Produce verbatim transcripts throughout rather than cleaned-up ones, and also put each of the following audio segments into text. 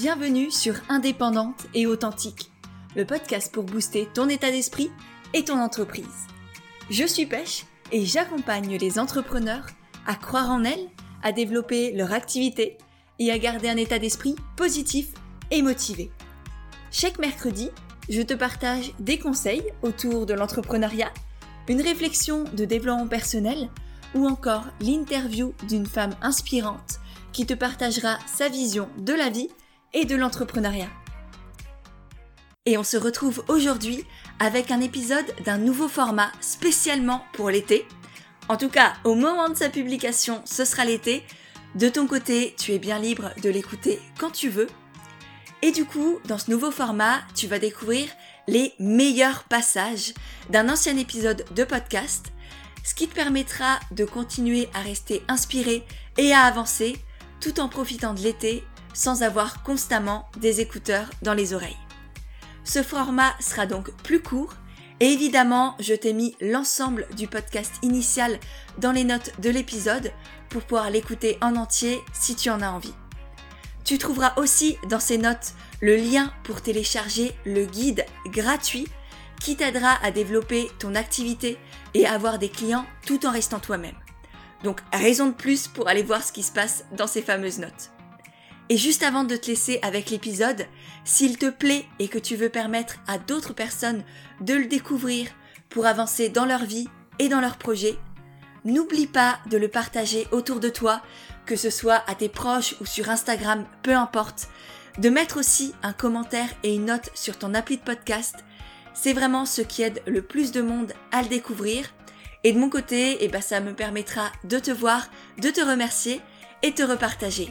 Bienvenue sur Indépendante et Authentique, le podcast pour booster ton état d'esprit et ton entreprise. Je suis Pêche et j'accompagne les entrepreneurs à croire en elles, à développer leur activité et à garder un état d'esprit positif et motivé. Chaque mercredi, je te partage des conseils autour de l'entrepreneuriat, une réflexion de développement personnel ou encore l'interview d'une femme inspirante qui te partagera sa vision de la vie et de l'entrepreneuriat. Et on se retrouve aujourd'hui avec un épisode d'un nouveau format spécialement pour l'été. En tout cas, au moment de sa publication, ce sera l'été. De ton côté, tu es bien libre de l'écouter quand tu veux. Et du coup, dans ce nouveau format, tu vas découvrir les meilleurs passages d'un ancien épisode de podcast, ce qui te permettra de continuer à rester inspiré et à avancer tout en profitant de l'été sans avoir constamment des écouteurs dans les oreilles. Ce format sera donc plus court et évidemment, je t'ai mis l'ensemble du podcast initial dans les notes de l'épisode pour pouvoir l'écouter en entier si tu en as envie. Tu trouveras aussi dans ces notes le lien pour télécharger le guide gratuit qui t'aidera à développer ton activité et à avoir des clients tout en restant toi-même. Donc, raison de plus pour aller voir ce qui se passe dans ces fameuses notes. Et juste avant de te laisser avec l'épisode, s'il te plaît et que tu veux permettre à d'autres personnes de le découvrir pour avancer dans leur vie et dans leurs projets, n'oublie pas de le partager autour de toi, que ce soit à tes proches ou sur Instagram, peu importe. De mettre aussi un commentaire et une note sur ton appli de podcast, c'est vraiment ce qui aide le plus de monde à le découvrir. Et de mon côté, eh ben ça me permettra de te voir, de te remercier et te repartager.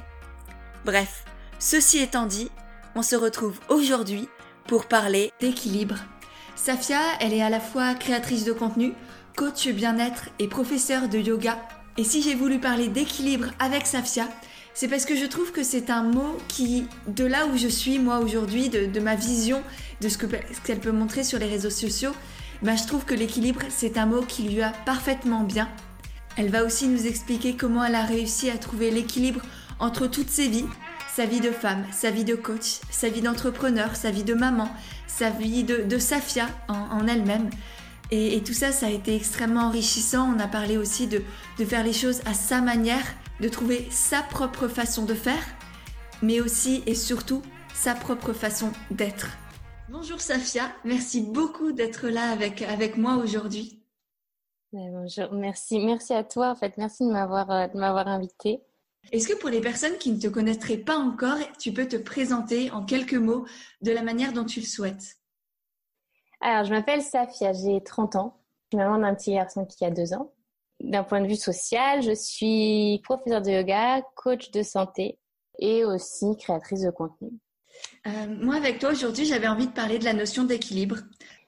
Bref, ceci étant dit, on se retrouve aujourd'hui pour parler d'équilibre. Safia, elle est à la fois créatrice de contenu, coach bien-être et professeure de yoga. Et si j'ai voulu parler d'équilibre avec Safia, c'est parce que je trouve que c'est un mot qui, de là où je suis moi aujourd'hui, de, de ma vision, de ce, que, ce qu'elle peut montrer sur les réseaux sociaux, ben je trouve que l'équilibre, c'est un mot qui lui va parfaitement bien. Elle va aussi nous expliquer comment elle a réussi à trouver l'équilibre entre toutes ses vies, sa vie de femme, sa vie de coach, sa vie d'entrepreneur, sa vie de maman, sa vie de, de Safia en, en elle-même. Et, et tout ça, ça a été extrêmement enrichissant. On a parlé aussi de, de faire les choses à sa manière, de trouver sa propre façon de faire, mais aussi et surtout sa propre façon d'être. Bonjour Safia, merci beaucoup d'être là avec, avec moi aujourd'hui. Bonjour, merci, merci à toi en fait, merci de m'avoir, de m'avoir invitée. Est-ce que pour les personnes qui ne te connaîtraient pas encore, tu peux te présenter en quelques mots de la manière dont tu le souhaites? Alors, je m'appelle Safia, j'ai trente ans. Je suis maman d'un petit garçon qui a deux ans. D'un point de vue social, je suis professeure de yoga, coach de santé et aussi créatrice de contenu. Euh, moi, avec toi, aujourd'hui, j'avais envie de parler de la notion d'équilibre.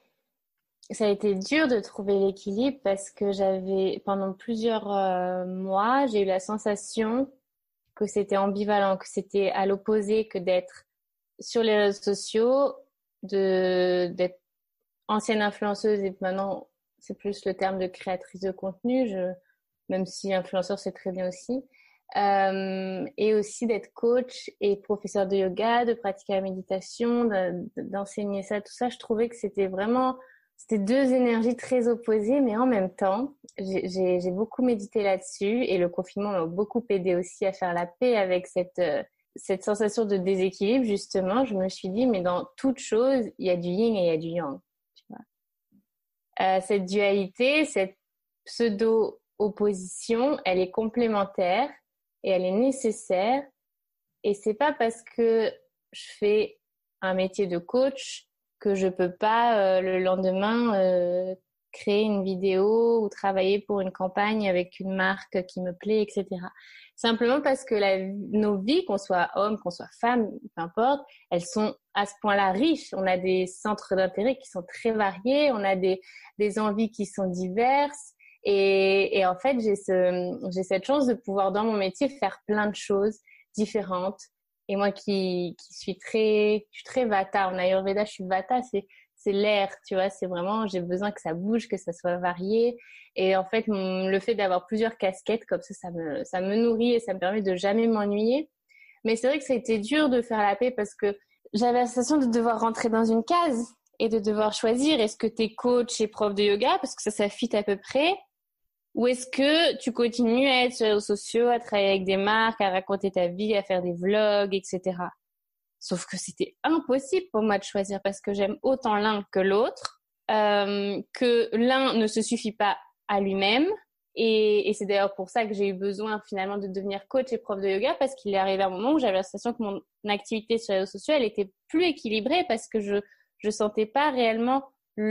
Ça a été dur de trouver l'équilibre parce que j'avais, pendant plusieurs euh, mois, j'ai eu la sensation que c'était ambivalent, que c'était à l'opposé que d'être sur les réseaux sociaux, de, d'être ancienne influenceuse et maintenant c'est plus le terme de créatrice de contenu, je, même si influenceur c'est très bien aussi, euh, et aussi d'être coach et professeur de yoga, de pratiquer la méditation, de, d'enseigner ça, tout ça. Je trouvais que c'était vraiment, c'était deux énergies très opposées, mais en même temps, j'ai, j'ai, j'ai beaucoup médité là-dessus et le confinement m'a beaucoup aidé aussi à faire la paix avec cette euh, cette sensation de déséquilibre. Justement, je me suis dit, mais dans toute chose, il y a du yin et il y a du yang. Euh, cette dualité, cette pseudo-opposition, elle est complémentaire et elle est nécessaire. Et c'est pas parce que je fais un métier de coach que je peux pas euh, le lendemain euh, créer une vidéo ou travailler pour une campagne avec une marque qui me plaît, et cetera. Simplement parce que la, nos vies, qu'on soit homme, qu'on soit femme, peu importe, elles sont à ce point-là riches. On a des centres d'intérêt qui sont très variés, on a des, des envies qui sont diverses. Et, et en fait, j'ai, ce, j'ai cette chance de pouvoir, dans mon métier, faire plein de choses différentes. Et moi qui, qui suis très, je suis très vata. En Ayurveda, je suis vata, c'est, c'est l'air, tu vois, c'est vraiment, j'ai besoin que ça bouge, que ça soit varié. Et en fait, le fait d'avoir plusieurs casquettes comme ça, ça me, ça me nourrit et ça me permet de jamais m'ennuyer. Mais c'est vrai que ça a été dur de faire la paix parce que j'avais la sensation de devoir rentrer dans une case et de devoir choisir est-ce que tu es coach et prof de yoga parce que ça, ça fit à peu près, ou est-ce que tu continues à être sur les réseaux sociaux, à travailler avec des marques, à raconter ta vie, à faire des vlogs, et cetera. Sauf que c'était impossible pour moi de choisir parce que j'aime autant l'un que l'autre, euh, que l'un ne se suffit pas à lui-même. Et, et c'est d'ailleurs pour ça que j'ai eu besoin finalement de devenir coach et prof de yoga parce qu'il est arrivé un moment où j'avais la sensation que mon activité sur les réseaux sociaux, elle était plus équilibrée parce que je je sentais pas réellement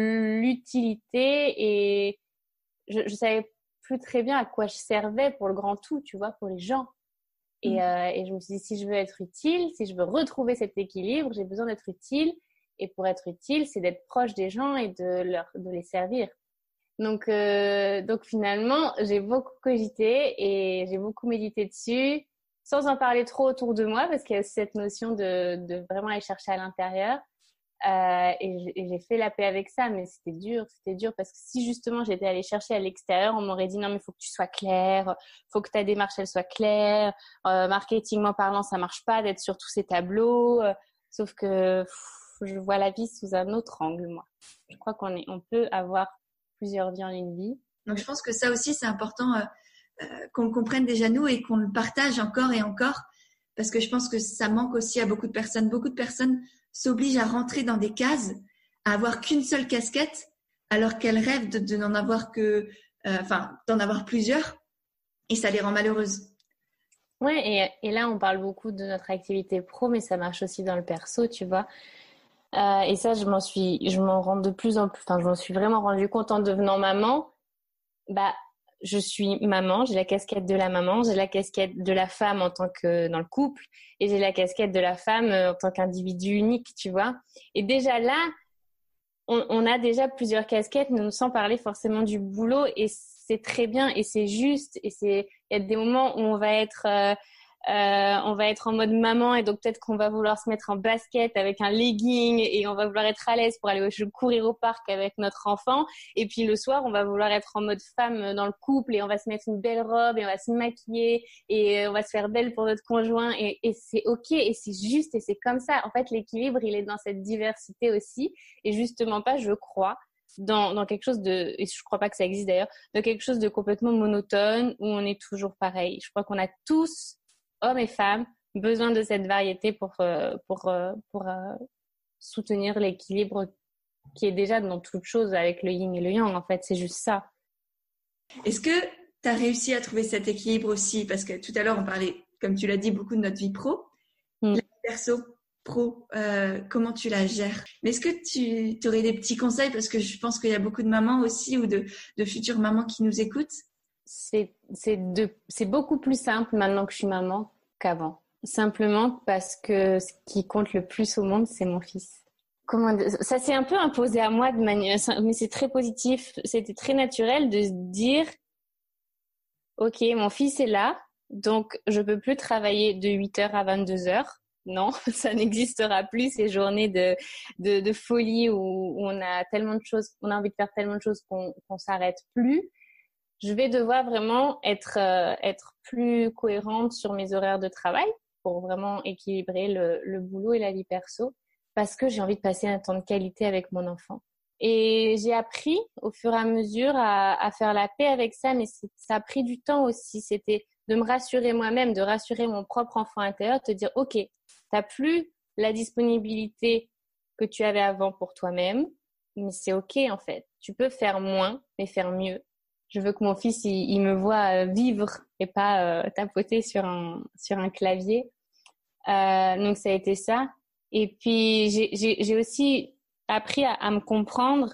l'utilité et je, je savais plus très bien à quoi je servais pour le grand tout, tu vois, pour les gens. Et, euh, et je me suis dit, si je veux être utile, si je veux retrouver cet équilibre, j'ai besoin d'être utile. Et pour être utile, c'est d'être proche des gens et de, leur, de les servir. Donc, euh, donc finalement, j'ai beaucoup cogité et j'ai beaucoup médité dessus, sans en parler trop autour de moi, parce qu'il y a aussi cette notion de, de vraiment aller chercher à l'intérieur. Euh, et j'ai fait la paix avec ça, mais c'était dur, c'était dur parce que si justement j'étais allée chercher à l'extérieur, on m'aurait dit non mais il faut que tu sois claire, faut que ta démarche elle soit claire, euh, marketingment parlant ça marche pas d'être sur tous ces tableaux, euh, sauf que pff, je vois la vie sous un autre angle moi. Je crois qu'on est, on peut avoir plusieurs vies en une vie. Donc je pense que ça aussi c'est important euh, euh, qu'on le comprenne déjà nous et qu'on le partage encore et encore parce que je pense que ça manque aussi à beaucoup de personnes. Beaucoup de personnes s'obligent à rentrer dans des cases, à avoir qu'une seule casquette, alors qu'elles rêvent de, de n'en avoir que, euh, enfin, d'en avoir plusieurs, et ça les rend malheureuses. Ouais, et, et là on parle beaucoup de notre activité pro, mais ça marche aussi dans le perso, tu vois. Euh, et ça, je m'en suis, je m'en rends de plus en plus, enfin, je m'en suis vraiment rendu compte en devenant maman. Bah, je suis maman, j'ai la casquette de la maman, j'ai la casquette de la femme en tant que dans le couple et j'ai la casquette de la femme en tant qu'individu unique, tu vois. Et déjà là, on, on a déjà plusieurs casquettes, mais sans parler forcément du boulot et c'est très bien et c'est juste et c'est il y a des moments où on va être euh, euh, on va être en mode maman et donc peut-être qu'on va vouloir se mettre en basket avec un legging et on va vouloir être à l'aise pour aller courir au parc avec notre enfant et puis le soir on va vouloir être en mode femme dans le couple et on va se mettre une belle robe et on va se maquiller et on va se faire belle pour notre conjoint et, et c'est ok et c'est juste et c'est comme ça. En fait l'équilibre il est dans cette diversité aussi et justement pas je crois dans, dans quelque chose de, et je crois pas que ça existe d'ailleurs, de quelque chose de complètement monotone où on est toujours pareil. Je crois qu'on a tous hommes et femmes, besoin de cette variété pour, euh, pour, euh, pour euh, soutenir l'équilibre qui est déjà dans toute chose avec le yin et le yang. En fait, c'est juste ça. Est-ce que tu as réussi à trouver cet équilibre aussi? Parce que tout à l'heure, on parlait, comme tu l'as dit, beaucoup de notre vie pro. Mm. La vie perso, pro, euh, comment tu la gères? Mais est-ce que tu aurais des petits conseils? Parce que je pense qu'il y a beaucoup de mamans aussi ou de, de futures mamans qui nous écoutent. C'est, c'est, de, c'est beaucoup plus simple maintenant que je suis maman qu'avant. Simplement parce que ce qui compte le plus au monde, c'est mon fils. Comment, ça s'est un peu imposé à moi de manière, mais c'est très positif. C'était très naturel de se dire, ok, mon fils est là, donc je peux plus travailler de huit heures à vingt-deux heures. Non, ça n'existera plus ces journées de, de, de folie où, où on a tellement de choses, on a envie de faire tellement de choses qu'on, qu'on s'arrête plus. Je vais devoir vraiment être, euh, être plus cohérente sur mes horaires de travail pour vraiment équilibrer le, le boulot et la vie perso parce que j'ai envie de passer un temps de qualité avec mon enfant. Et j'ai appris au fur et à mesure à, à faire la paix avec ça, mais c'est, ça a pris du temps aussi. C'était de me rassurer moi-même, de rassurer mon propre enfant intérieur, de te dire, OK, t'as plus la disponibilité que tu avais avant pour toi-même, mais c'est OK en fait. Tu peux faire moins, mais faire mieux. Je veux que mon fils, il, il me voit vivre et pas euh, tapoter sur un, sur un clavier. Euh, donc, ça a été ça. Et puis, j'ai, j'ai, j'ai aussi appris à, à me comprendre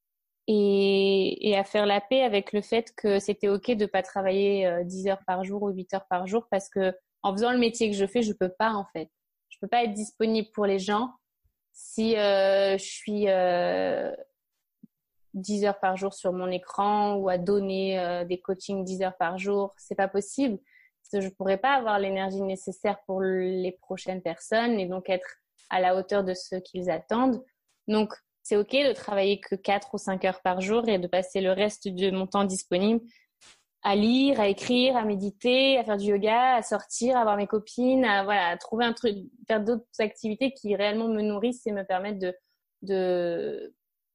et, et à faire la paix avec le fait que c'était OK de pas travailler euh, dix heures par jour ou huit heures par jour parce que en faisant le métier que je fais, je peux pas, en fait. Je peux pas être disponible pour les gens si euh, je suis... Euh, dix heures par jour sur mon écran ou à donner euh, des coachings dix heures par jour, c'est pas possible. Parce que je pourrais pas avoir l'énergie nécessaire pour les prochaines personnes et donc être à la hauteur de ce qu'ils attendent. Donc, c'est OK de travailler que quatre ou cinq heures par jour et de passer le reste de mon temps disponible à lire, à écrire, à méditer, à faire du yoga, à sortir, à voir mes copines, à voilà, à trouver un truc, faire d'autres activités qui réellement me nourrissent et me permettent de de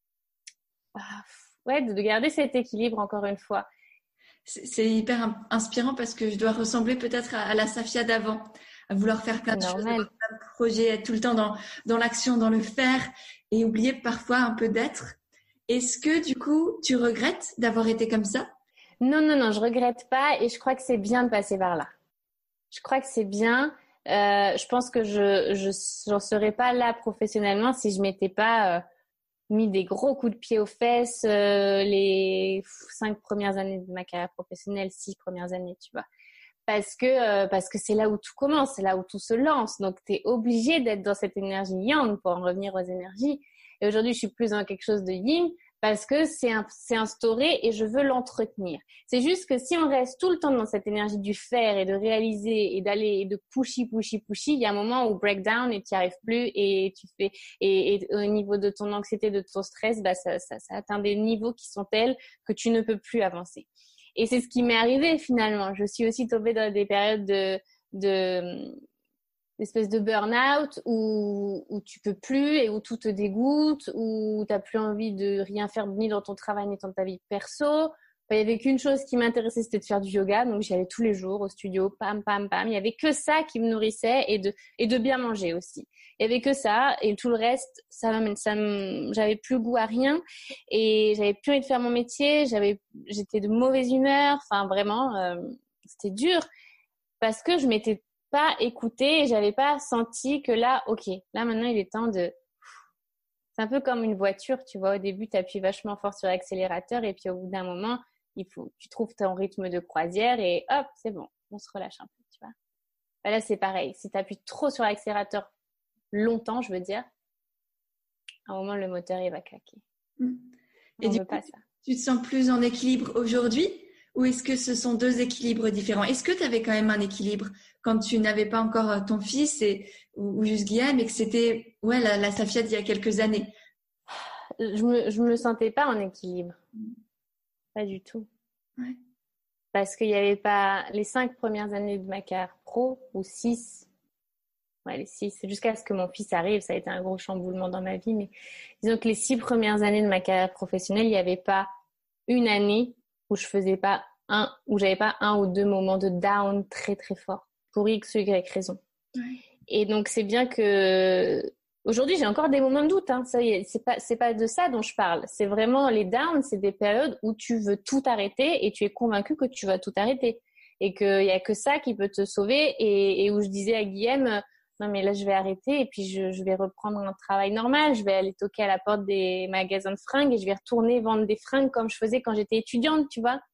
ah, ouais, de, de garder cet équilibre encore une fois. C'est, c'est hyper inspirant parce que je dois ressembler peut-être à, à la Safia d'avant, à vouloir faire plein de C'est choses, normal. avoir plein de projets, être tout le temps dans dans l'action, dans le faire et oublier parfois un peu d'être. Est-ce que du coup, tu regrettes d'avoir été comme ça? Non, non, non, je regrette pas et je crois que c'est bien de passer par là. Je crois que c'est bien. Euh, je pense que je, je j'en serais pas là professionnellement si je m'étais pas euh, mis des gros coups de pied aux fesses euh, les cinq premières années de ma carrière professionnelle, six premières années, tu vois. Parce que euh, parce que c'est là où tout commence, c'est là où tout se lance. Donc t'es obligé d'être dans cette énergie yang pour en revenir aux énergies. Et aujourd'hui, je suis plus dans quelque chose de yin parce que c'est un, c'est instauré et je veux l'entretenir. C'est juste que si on reste tout le temps dans cette énergie du faire et de réaliser et d'aller et de pushy, pushy, pushy, il y a un moment où breakdown et tu n'y arrives plus et tu fais et, et au niveau de ton anxiété, de ton stress, bah ça, ça, ça atteint des niveaux qui sont tels que tu ne peux plus avancer. Et c'est ce qui m'est arrivé finalement. Je suis aussi tombée dans des périodes de, de d'espèce de burn-out où, où tu peux plus et où tout te dégoûte, où t'as plus envie de rien faire ni dans ton travail ni dans ta vie perso. Enfin, il y avait qu'une chose qui m'intéressait, c'était de faire du yoga. Donc, j'y allais tous les jours au studio, pam, pam, pam. Il y avait que ça qui me nourrissait et de, et de bien manger aussi. Il y avait que ça et tout le reste, ça m'amène, ça me, j'avais plus goût à rien et j'avais plus envie de faire mon métier. J'avais, j'étais de mauvaise humeur. Enfin, vraiment, euh, c'était dur parce que je m'étais pas écouté et j'avais pas senti que là, ok, là maintenant il est temps de. C'est un peu comme une voiture, tu vois. Au début, tu appuies vachement fort sur l'accélérateur et puis au bout d'un moment, il faut, tu trouves ton rythme de croisière et hop, c'est bon, on se relâche un peu, tu vois. Ben là, c'est pareil. Si tu appuies trop sur l'accélérateur longtemps, je veux dire, à un moment, le moteur il va claquer. Et on du veut coup, pas ça. Tu te sens plus en équilibre aujourd'hui ou est-ce que ce sont deux équilibres différents? Est-ce que tu avais quand même un équilibre quand tu n'avais pas encore ton fils et, ou, ou juste Guillaume et que c'était ouais, la, la Safia d'il y a quelques années? Je me, je me sentais pas en équilibre. Pas du tout. Ouais. Parce qu'il y avait pas les cinq premières années de ma carrière pro ou six. Ouais, les six. Jusqu'à ce que mon fils arrive, ça a été un gros chamboulement dans ma vie. Mais disons que les six premières années de ma carrière professionnelle, il n'y avait pas une année où je faisais pas un, où j'avais pas un ou deux moments de down très très fort pour X ou Y raison. Ouais. Et donc c'est bien que aujourd'hui j'ai encore des moments de doute. Hein. Ça y est, c'est pas c'est pas de ça dont je parle. C'est vraiment les downs, c'est des périodes où tu veux tout arrêter et tu es convaincu que tu vas tout arrêter et qu'il y a que ça qui peut te sauver et, et où je disais à Guillaume non mais là je vais arrêter et puis je, je vais reprendre un travail normal, je vais aller toquer à la porte des magasins de fringues et je vais retourner vendre des fringues comme je faisais quand j'étais étudiante, tu vois.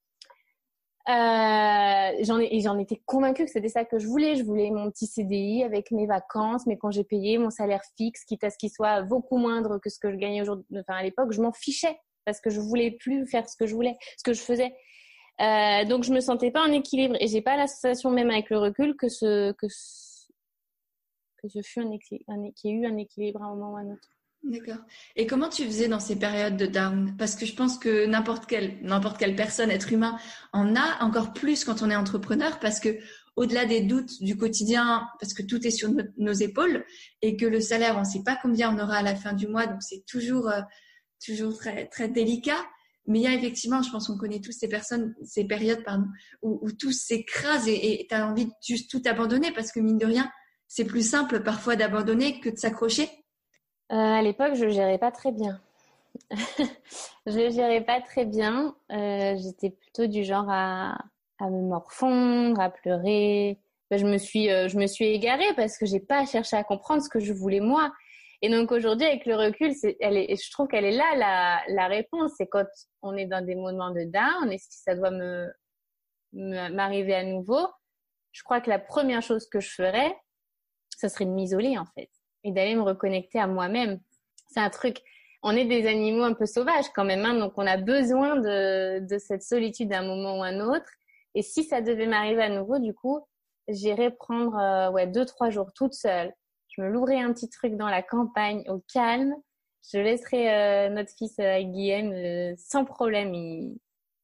Euh, j'en, ai, et j'en étais convaincue que c'était ça que je voulais. Je voulais mon petit C D I avec mes vacances, mes congés payés, mon salaire fixe, quitte à ce qu'il soit beaucoup moindre que ce que je gagnais aujourd'hui. Enfin, à l'époque, je m'en fichais parce que je voulais plus faire ce que je voulais, ce que je faisais. Euh, donc, je me sentais pas en équilibre et j'ai pas la sensation, même avec le recul, que ce que ce, que ce fut un équilibre, un, qu'il y ait eu un équilibre à un moment ou à un autre. D'accord. Et comment tu faisais dans ces périodes de down? Parce que je pense que n'importe quelle, n'importe quelle personne, être humain, en a encore plus quand on est entrepreneur parce que au-delà des doutes du quotidien, parce que tout est sur nos, nos épaules et que le salaire, on ne sait pas combien on aura à la fin du mois, donc c'est toujours, euh, toujours très, très délicat. Mais il y a effectivement, je pense qu'on connaît tous ces personnes, ces périodes, pardon, où, où tout s'écrase et tu as envie de juste tout abandonner parce que mine de rien, c'est plus simple parfois d'abandonner que de s'accrocher. Euh, à l'époque, je gérais pas très bien. je gérais pas très bien. Euh, j'étais plutôt du genre à, à me morfondre, à pleurer. Ben, je me suis, euh, je me suis égarée parce que j'ai pas cherché à comprendre ce que je voulais moi. Et donc aujourd'hui, avec le recul, c'est, elle est, je trouve qu'elle est là la, la réponse. C'est quand on est dans des moments de down et si ça doit me, me m'arriver à nouveau, je crois que la première chose que je ferais, ça serait de m'isoler en fait. Et d'aller me reconnecter à moi-même. C'est un truc, on est des animaux un peu sauvages quand même, hein, donc on a besoin de, de cette solitude à un moment ou à un autre. Et si ça devait m'arriver à nouveau, du coup, j'irais prendre euh, ouais, deux, trois jours toute seule. Je me louerais un petit truc dans la campagne, au calme. Je laisserais euh, notre fils euh, Guillaume euh, sans problème. Il,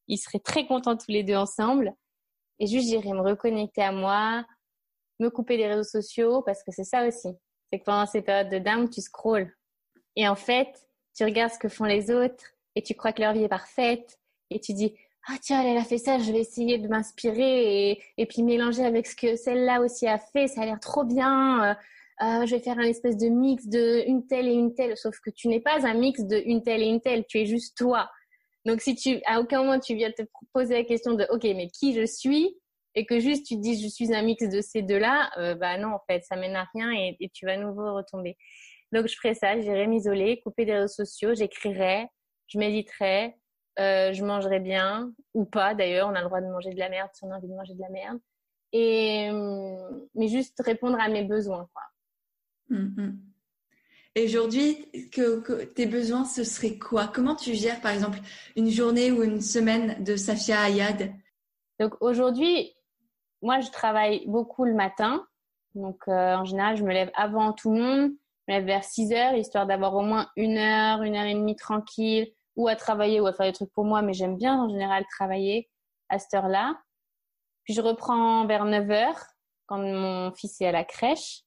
ils seraient très contents tous les deux ensemble. Et juste, j'irais me reconnecter à moi, me couper des réseaux sociaux, parce que c'est ça aussi. C'est que pendant ces périodes de down, tu scrolles. Et en fait, tu regardes ce que font les autres et tu crois que leur vie est parfaite. Et tu dis, ah tiens, elle, elle a fait ça, je vais essayer de m'inspirer et, et puis mélanger avec ce que celle-là aussi a fait. Ça a l'air trop bien. Euh, euh, je vais faire un espèce de mix de une telle et une telle. Sauf que tu n'es pas un mix de une telle et une telle. Tu es juste toi. Donc, si tu, à aucun moment tu viens te poser la question de, OK, mais qui je suis? Et que juste tu te dis, je suis un mix de ces deux-là, euh, bah non, en fait, ça mène à rien et, et tu vas à nouveau retomber. Donc, je ferais ça, j'irais m'isoler, couper des réseaux sociaux, j'écrirais, je méditerais, euh, je mangerais bien, ou pas d'ailleurs, on a le droit de manger de la merde si on a envie de manger de la merde. Et, mais juste répondre à mes besoins, quoi. Mm-hmm. Et aujourd'hui, que, que tes besoins, ce serait quoi? Comment tu gères, par exemple, une journée ou une semaine de Safia Ayad? Donc, aujourd'hui, moi, je travaille beaucoup le matin. Donc, euh, en général, je me lève avant tout le monde. Je me lève vers six heures, histoire d'avoir au moins une heure, une heure et demie tranquille, ou à travailler ou à faire des trucs pour moi. Mais j'aime bien, en général, travailler à cette heure-là. Puis, je reprends vers neuf heures, quand mon fils est à la crèche.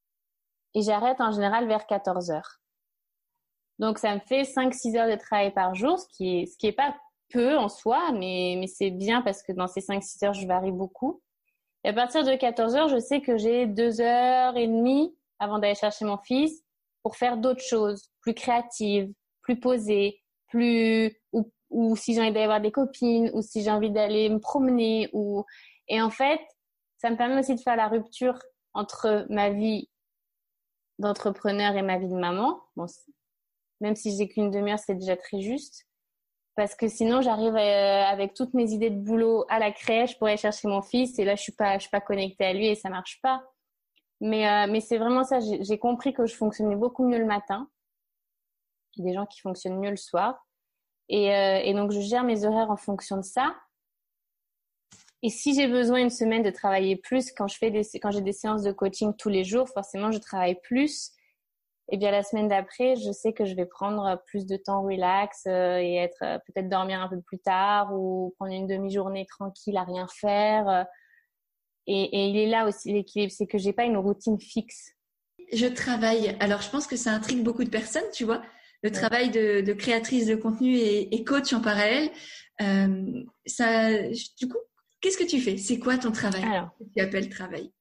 Et j'arrête en général vers quatorze heures. Donc, ça me fait cinq six heures de travail par jour, ce qui est, ce qui est pas peu en soi, mais, mais c'est bien parce que dans ces cinq six heures, je varie beaucoup. Et à partir de quatorze heures, je sais que j'ai deux heures et demie avant d'aller chercher mon fils pour faire d'autres choses, plus créatives, plus posées, plus, ou, ou si j'ai envie d'aller voir des copines, ou si j'ai envie d'aller me promener, ou, et en fait, ça me permet aussi de faire la rupture entre ma vie d'entrepreneur et ma vie de maman. Bon, même si j'ai qu'une demi-heure, c'est déjà très juste. Parce que sinon, j'arrive euh, avec toutes mes idées de boulot à la crèche pour aller chercher mon fils et là, je suis pas, je suis pas connectée à lui et ça marche pas. Mais, euh, mais c'est vraiment ça. J'ai, j'ai compris que je fonctionnais beaucoup mieux le matin. Il y a des gens qui fonctionnent mieux le soir. Et, euh, et donc, je gère mes horaires en fonction de ça. Et si j'ai besoin une semaine de travailler plus, quand je fais des, quand j'ai des séances de coaching tous les jours, forcément, je travaille plus. Et bien la semaine d'après, je sais que je vais prendre plus de temps relax euh, et être euh, peut-être dormir un peu plus tard ou prendre une demi-journée tranquille à rien faire. Euh, et, et il est là aussi l'équilibre, c'est que j'ai pas une routine fixe. Je travaille. Alors, je pense que ça intrigue beaucoup de personnes, tu vois, le ouais. travail de, de créatrice de contenu et, et coach en parallèle. Euh, ça, du coup, qu'est-ce que tu fais? C'est quoi ton travail? Alors, que tu appelles travail?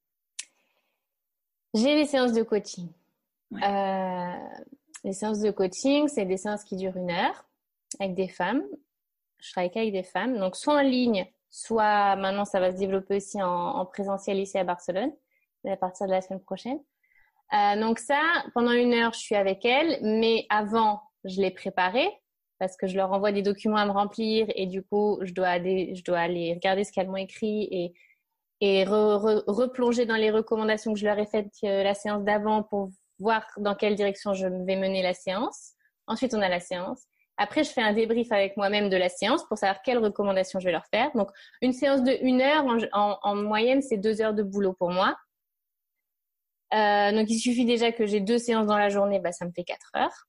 J'ai les séances de coaching. Ouais. Euh, les séances de coaching, c'est des séances qui durent une heure avec des femmes. Je travaille qu'avec des femmes, donc soit en ligne, soit maintenant ça va se développer aussi en, en présentiel ici à Barcelone à partir de la semaine prochaine. Euh, donc ça, pendant une heure, je suis avec elles, mais avant, je les préparais parce que je leur envoie des documents à me remplir et du coup, je dois aller, je dois aller regarder ce qu'elles m'ont écrit et et re, re, replonger dans les recommandations que je leur ai faites euh, la séance d'avant pour voir dans quelle direction je vais mener la séance. Ensuite, on a la séance. Après, je fais un débrief avec moi-même de la séance pour savoir quelles recommandations je vais leur faire. Donc, une séance de une heure, en, en, en moyenne, c'est deux heures de boulot pour moi. Euh, donc, il suffit déjà que j'ai deux séances dans la journée, bah, ça me fait quatre heures.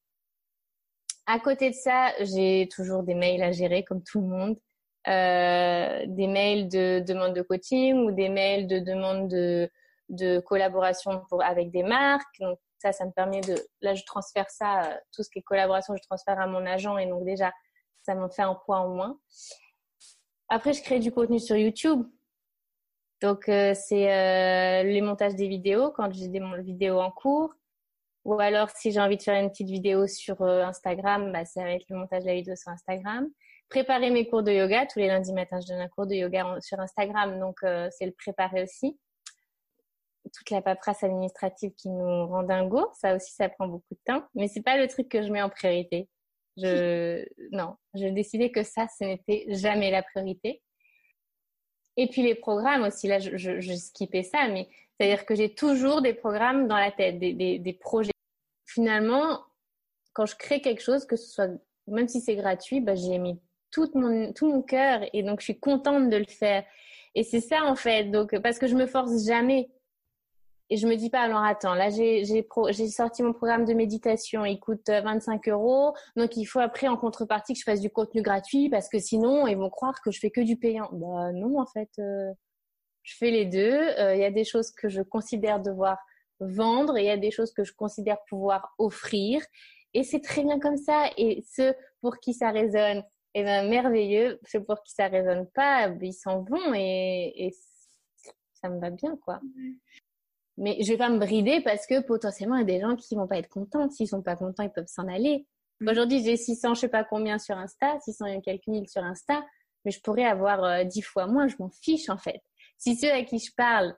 À côté de ça, j'ai toujours des mails à gérer, comme tout le monde. Euh, des mails de demande de coaching ou des mails de demande de, de collaboration pour, avec des marques. Donc, ça, ça me permet de... Là, je transfère ça, euh, tout ce qui est collaboration, je transfère à mon agent et donc déjà, ça m'en fait un poids en moins. Après, je crée du contenu sur YouTube. Donc, euh, c'est euh, les montages des vidéos quand j'ai des vidéos en cours. Ou alors, si j'ai envie de faire une petite vidéo sur euh, Instagram, bah, ça va être le montage de la vidéo sur Instagram. Préparer mes cours de yoga. Tous les lundis matins, je donne un cours de yoga en, sur Instagram. Donc, euh, c'est le préparer aussi. Toute la paperasse administrative qui nous rend dingo, ça aussi, ça prend beaucoup de temps. Mais c'est pas le truc que je mets en priorité. Je, non, j'ai décidé que ça, ce n'était jamais la priorité. Et puis les programmes aussi, là, je, je, je skippais ça, mais c'est-à-dire que j'ai toujours des programmes dans la tête, des, des, des projets. Finalement, quand je crée quelque chose, que ce soit, même si c'est gratuit, bah, j'ai mis tout mon, tout mon cœur et donc je suis contente de le faire. Et c'est ça, en fait, donc, parce que je me force jamais. et je me dis pas, alors attends, là j'ai j'ai pro, j'ai sorti mon programme de méditation, il coûte vingt-cinq euros, donc il faut après en contrepartie que je fasse du contenu gratuit parce que sinon ils vont croire que je fais que du payant. Bah non, en fait, euh, je fais les deux. Il euh, y a des choses que je considère devoir vendre et il y a des choses que je considère pouvoir offrir, et c'est très bien comme ça. Et ceux pour qui ça résonne, eh ben merveilleux. Ceux pour qui ça résonne pas, ils s'en vont, et, et ça me va bien, quoi. Mmh. Mais je vais pas me brider parce que potentiellement il y a des gens qui vont pas être contents. S'ils sont pas contents, ils peuvent s'en aller. Mmh. Aujourd'hui, j'ai six cents, je sais pas combien sur Insta, six cents et quelques mille sur Insta, mais je pourrais avoir euh, dix fois moins, je m'en fiche en fait. Si ceux à qui je parle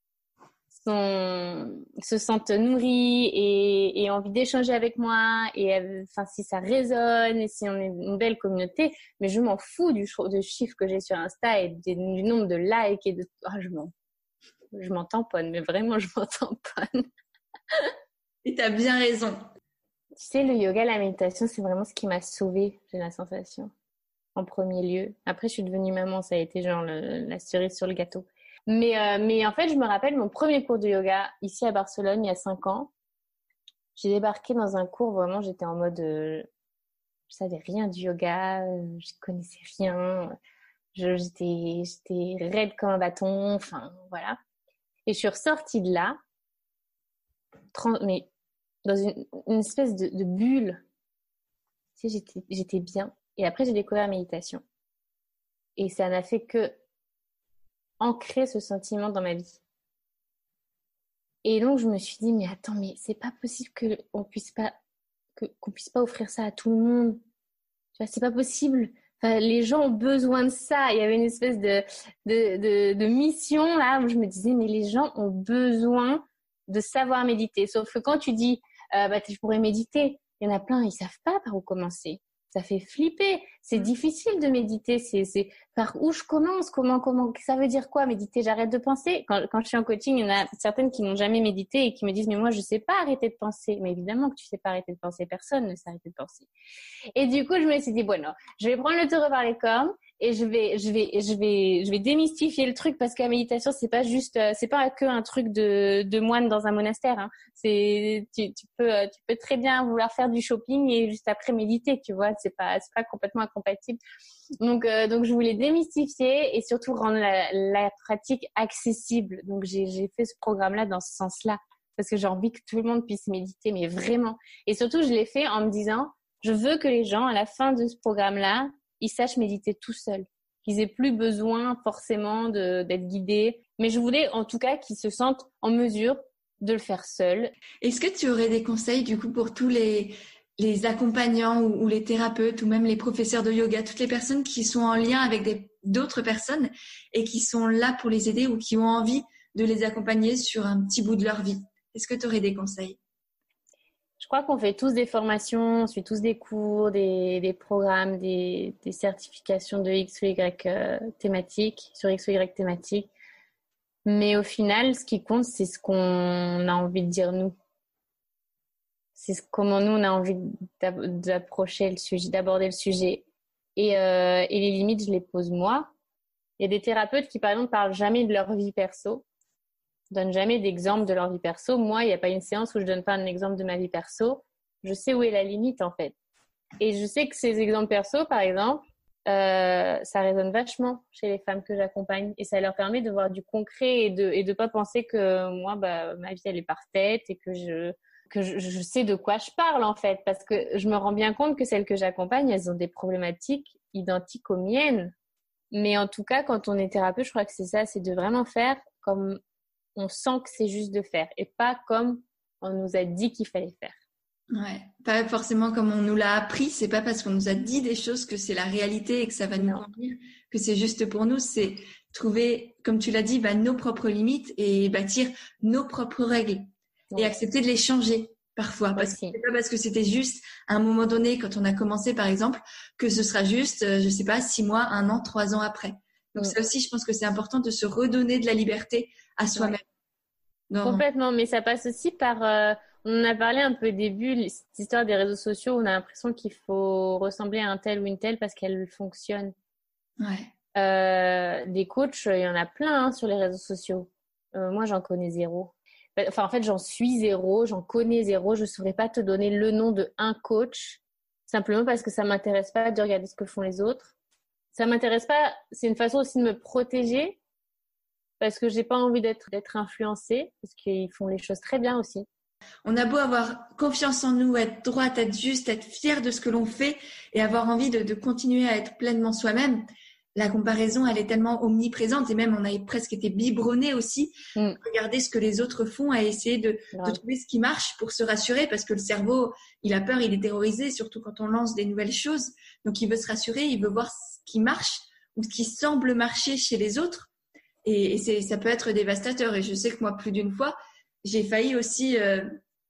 sont, se sentent nourris et, et ont envie d'échanger avec moi, et enfin si ça résonne et si on est une belle communauté, mais je m'en fous du, du chiffre que j'ai sur Insta et du, du nombre de likes et de, oh, je m'en je m'en tamponne, mais vraiment je m'en tamponne. Et t'as bien raison. Tu sais, le yoga, la méditation, c'est vraiment ce qui m'a sauvée, j'ai la sensation, en premier lieu. Après, je suis devenue maman, ça a été genre le, la cerise sur le gâteau. Mais, euh, mais en fait, je me rappelle mon premier cours de yoga ici à Barcelone, il y a cinq ans. J'ai débarqué dans un cours, vraiment, j'étais en mode... Euh, je savais rien du yoga, euh, je connaissais rien. Je, j'étais, j'étais raide comme un bâton, enfin, voilà. Et je suis ressortie de là, mais dans une, une espèce de, de bulle. Tu sais, j'étais, j'étais bien. Et après, j'ai découvert la méditation. Et ça n'a fait que ancrer ce sentiment dans ma vie. Et donc, je me suis dit, mais attends, mais c'est pas possible que on puisse pas, que, qu'on puisse pas offrir ça à tout le monde. Tu vois, c'est pas possible. Enfin, les gens ont besoin de ça. Il y avait une espèce de, de, de, de mission là où je me disais, mais les gens ont besoin de savoir méditer. Sauf que quand tu dis, euh, bah, je pourrais méditer, il y en a plein, ils savent pas par où commencer. Ça fait flipper. C'est difficile de méditer. C'est, c'est par où je commence? Comment, comment, ça veut dire quoi méditer? J'arrête de penser. Quand, quand je suis en coaching, il y en a certaines qui n'ont jamais médité et qui me disent, mais moi, je sais pas arrêter de penser. Mais évidemment que tu sais pas arrêter de penser. Personne ne sait arrêter de penser. Et du coup, je me suis dit, bon, non, je vais prendre le taureau par les cornes et je vais, je vais, je vais, je vais démystifier le truc parce que la méditation, c'est pas juste, c'est pas que un truc de, de moine dans un monastère, hein. C'est, tu, tu peux, tu peux très bien vouloir faire du shopping et juste après méditer, tu vois. C'est pas, c'est pas complètement incompatible. Donc, euh, donc je voulais démystifier et surtout rendre la, la pratique accessible. Donc, j'ai, j'ai fait ce programme-là dans ce sens-là parce que j'ai envie que tout le monde puisse méditer, mais vraiment. Et surtout, je l'ai fait en me disant, je veux que les gens, à la fin de ce programme-là, ils sachent méditer tout seuls, qu'ils aient plus besoin forcément de, d'être guidés. Mais je voulais en tout cas qu'ils se sentent en mesure de le faire seuls. Est-ce que tu aurais des conseils du coup pour tous les, les accompagnants ou, ou les thérapeutes ou même les professeurs de yoga, toutes les personnes qui sont en lien avec des, d'autres personnes et qui sont là pour les aider ou qui ont envie de les accompagner sur un petit bout de leur vie? Est-ce que tu aurais des conseils? Je crois qu'on fait tous des formations, on suit tous des cours, des, des programmes, des, des certifications de X ou Y euh, thématiques, sur X ou Y thématiques. Mais au final, ce qui compte, c'est ce qu'on a envie de dire nous. C'est ce, comment nous, on a envie d'approcher le sujet, d'aborder le sujet. Et, euh, et les limites, je les pose moi. Il y a des thérapeutes qui, par exemple, parlent jamais de leur vie perso, donnent jamais d'exemple de leur vie perso. Moi, il n'y a pas une séance où je donne pas un exemple de ma vie perso. Je sais où est la limite, en fait. Et je sais que ces exemples perso, par exemple, euh, ça résonne vachement chez les femmes que j'accompagne et ça leur permet de voir du concret et de et de pas penser que moi, bah, ma vie, elle est parfaite et que je que je, je sais de quoi je parle, en fait. Parce que je me rends bien compte que celles que j'accompagne, elles ont des problématiques identiques aux miennes. Mais en tout cas, quand on est thérapeute, je crois que c'est ça, c'est de vraiment faire comme on sent que c'est juste de faire et pas comme on nous a dit qu'il fallait faire. Ouais, pas forcément comme on nous l'a appris. C'est pas parce qu'on nous a dit des choses que c'est la réalité et que ça va nous convenir, que c'est juste pour nous. C'est trouver, comme tu l'as dit, bah, nos propres limites et bâtir nos propres règles ouais. Et accepter de les changer parfois. Parce que c'est pas parce que c'était juste à un moment donné, quand on a commencé par exemple, que ce sera juste, je sais pas, six mois, un an, trois ans après. Donc ouais. Ça aussi, je pense que c'est important de se redonner de la liberté à soi-même. Ouais. Complètement, mais ça passe aussi par... Euh... On en a parlé un peu au début, cette histoire des réseaux sociaux, on a l'impression qu'il faut ressembler à un tel ou une telle parce qu'elle fonctionne. Ouais. Euh, des coachs, il y en a plein hein, sur les réseaux sociaux. Euh, moi, j'en connais zéro. Enfin, en fait, j'en suis zéro, j'en connais zéro. Je ne saurais pas te donner le nom de un coach, simplement parce que ça ne m'intéresse pas de regarder ce que font les autres. Ça ne m'intéresse pas, c'est une façon aussi de me protéger, parce que je n'ai pas envie d'être, d'être influencée, parce qu'ils font les choses très bien aussi. On a beau avoir confiance en nous, être droite, être juste, être fier de ce que l'on fait et avoir envie de, de continuer à être pleinement soi-même. La comparaison, elle est tellement omniprésente et même on a presque été biberonné aussi. Mm. Regarder ce que les autres font, à essayer de, de trouver ce qui marche pour se rassurer, parce que le cerveau, il a peur, il est terrorisé, surtout quand on lance des nouvelles choses. Donc, il veut se rassurer, il veut voir ce qui marche ou ce qui semble marcher chez les autres. Et, et c'est, ça peut être dévastateur. Et je sais que moi, plus d'une fois, j'ai failli aussi euh,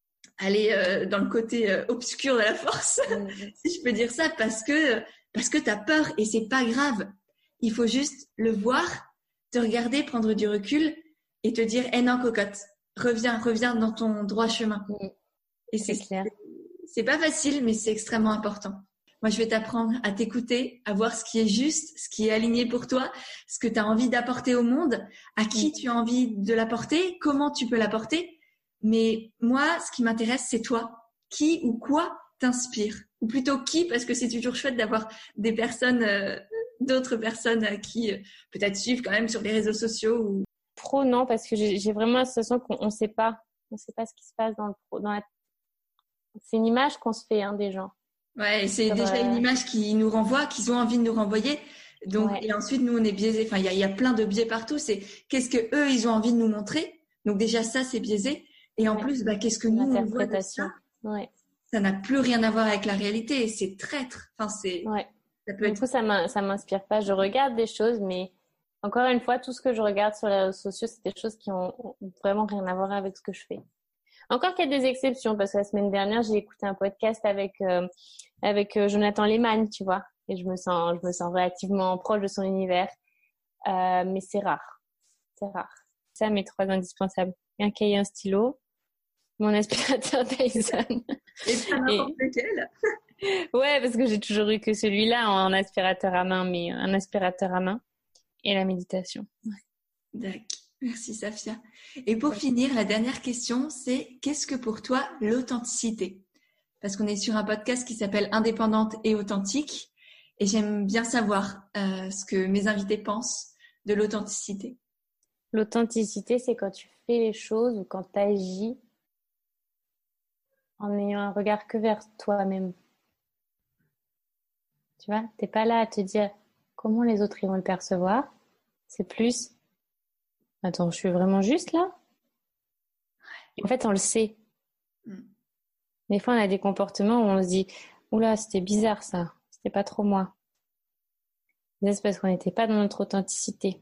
aller euh, dans le côté euh, obscur de la force, mmh. si je peux dire ça, parce que parce que t'as peur et c'est pas grave. Il faut juste le voir, te regarder, prendre du recul et te dire eh non cocotte, reviens, reviens dans ton droit chemin. Mmh. Et c'est, c'est clair. C'est, c'est pas facile, mais c'est extrêmement important. Moi, je vais t'apprendre à t'écouter, à voir ce qui est juste, ce qui est aligné pour toi, ce que tu as envie d'apporter au monde, à qui tu as envie de l'apporter, comment tu peux l'apporter. Mais moi, ce qui m'intéresse, c'est toi. Qui ou quoi t'inspire? Ou plutôt qui, parce que c'est toujours chouette d'avoir des personnes, euh, d'autres personnes euh, qui euh, peut-être suivent quand même sur les réseaux sociaux. Ou... Pro, non, parce que j'ai, j'ai vraiment la sensation qu'on ne sait pas. On ne sait pas ce qui se passe dans le pro. Dans la... C'est une image qu'on se fait hein, des gens. Ouais, et c'est sur, déjà euh... une image qui nous renvoie, qu'ils ont envie de nous renvoyer. Donc, ouais. Et ensuite, nous, on est biaisés. Enfin, il y a, y a plein de biais partout. C'est qu'est-ce que eux, ils ont envie de nous montrer. Donc, déjà, ça, c'est biaisé. Et en ouais. plus, bah, qu'est-ce que nous, on voit de ça. Ouais. Ça n'a plus rien à voir avec la réalité. C'est traître. Enfin, c'est. Ouais. Ça peut du être... coup, ça m'in... ça m'inspire pas. Je regarde des choses, mais encore une fois, tout ce que je regarde sur les réseaux sociaux, c'est des choses qui ont vraiment rien à voir avec ce que je fais. Encore qu'il y a des exceptions, parce que la semaine dernière, j'ai écouté un podcast avec euh, avec euh, Jonathan Lehmann, tu vois, et je me sens je me sens relativement proche de son univers, euh, mais c'est rare, c'est rare. Ça, mes trois indispensables: un cahier, un stylo, mon aspirateur Dyson. Et pas n'importe et... lequel. Ouais, parce que j'ai toujours eu que celui-là en aspirateur à main, mais un aspirateur à main et la méditation. Ouais. D'accord. Merci Safia. Et pour finir, la dernière question, c'est qu'est-ce que pour toi l'authenticité? Parce qu'on est sur un podcast qui s'appelle Indépendante et authentique, et j'aime bien savoir euh, ce que mes invités pensent de l'authenticité. L'authenticité, c'est quand tu fais les choses ou quand tu agis en ayant un regard que vers toi-même. Tu vois, t'es pas là à te dire comment les autres ils vont le percevoir. C'est plus attends, je suis vraiment juste là? En fait, on le sait. Mm. Des fois, on a des comportements où on se dit oula, c'était bizarre ça, c'était pas trop moi. Mais c'est parce qu'on n'était pas dans notre authenticité.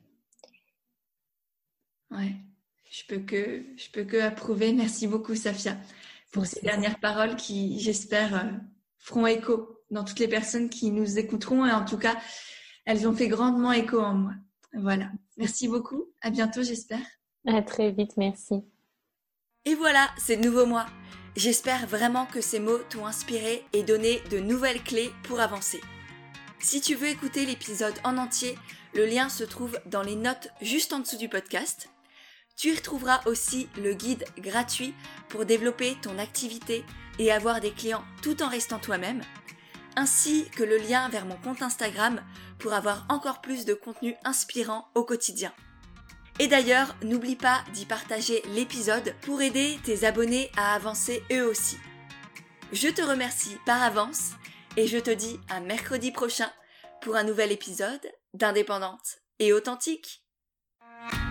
Ouais, je peux que, je peux que approuver. Merci beaucoup, Safia, pour ces dernières paroles qui, j'espère, euh, feront écho dans toutes les personnes qui nous écouteront. Et en tout cas, elles ont fait grandement écho en moi. Voilà. Merci beaucoup. À bientôt, j'espère. À très vite, merci. Et voilà, c'est de nouveau moi. J'espère vraiment que ces mots t'ont inspiré et donné de nouvelles clés pour avancer. Si tu veux écouter l'épisode en entier, le lien se trouve dans les notes juste en dessous du podcast. Tu y retrouveras aussi le guide gratuit pour développer ton activité et avoir des clients tout en restant toi-même, ainsi que le lien vers mon compte Instagram pour avoir encore plus de contenu inspirant au quotidien. Et d'ailleurs, n'oublie pas d'y partager l'épisode pour aider tes abonnés à avancer eux aussi. Je te remercie par avance et je te dis à mercredi prochain pour un nouvel épisode d'Indépendante et authentique.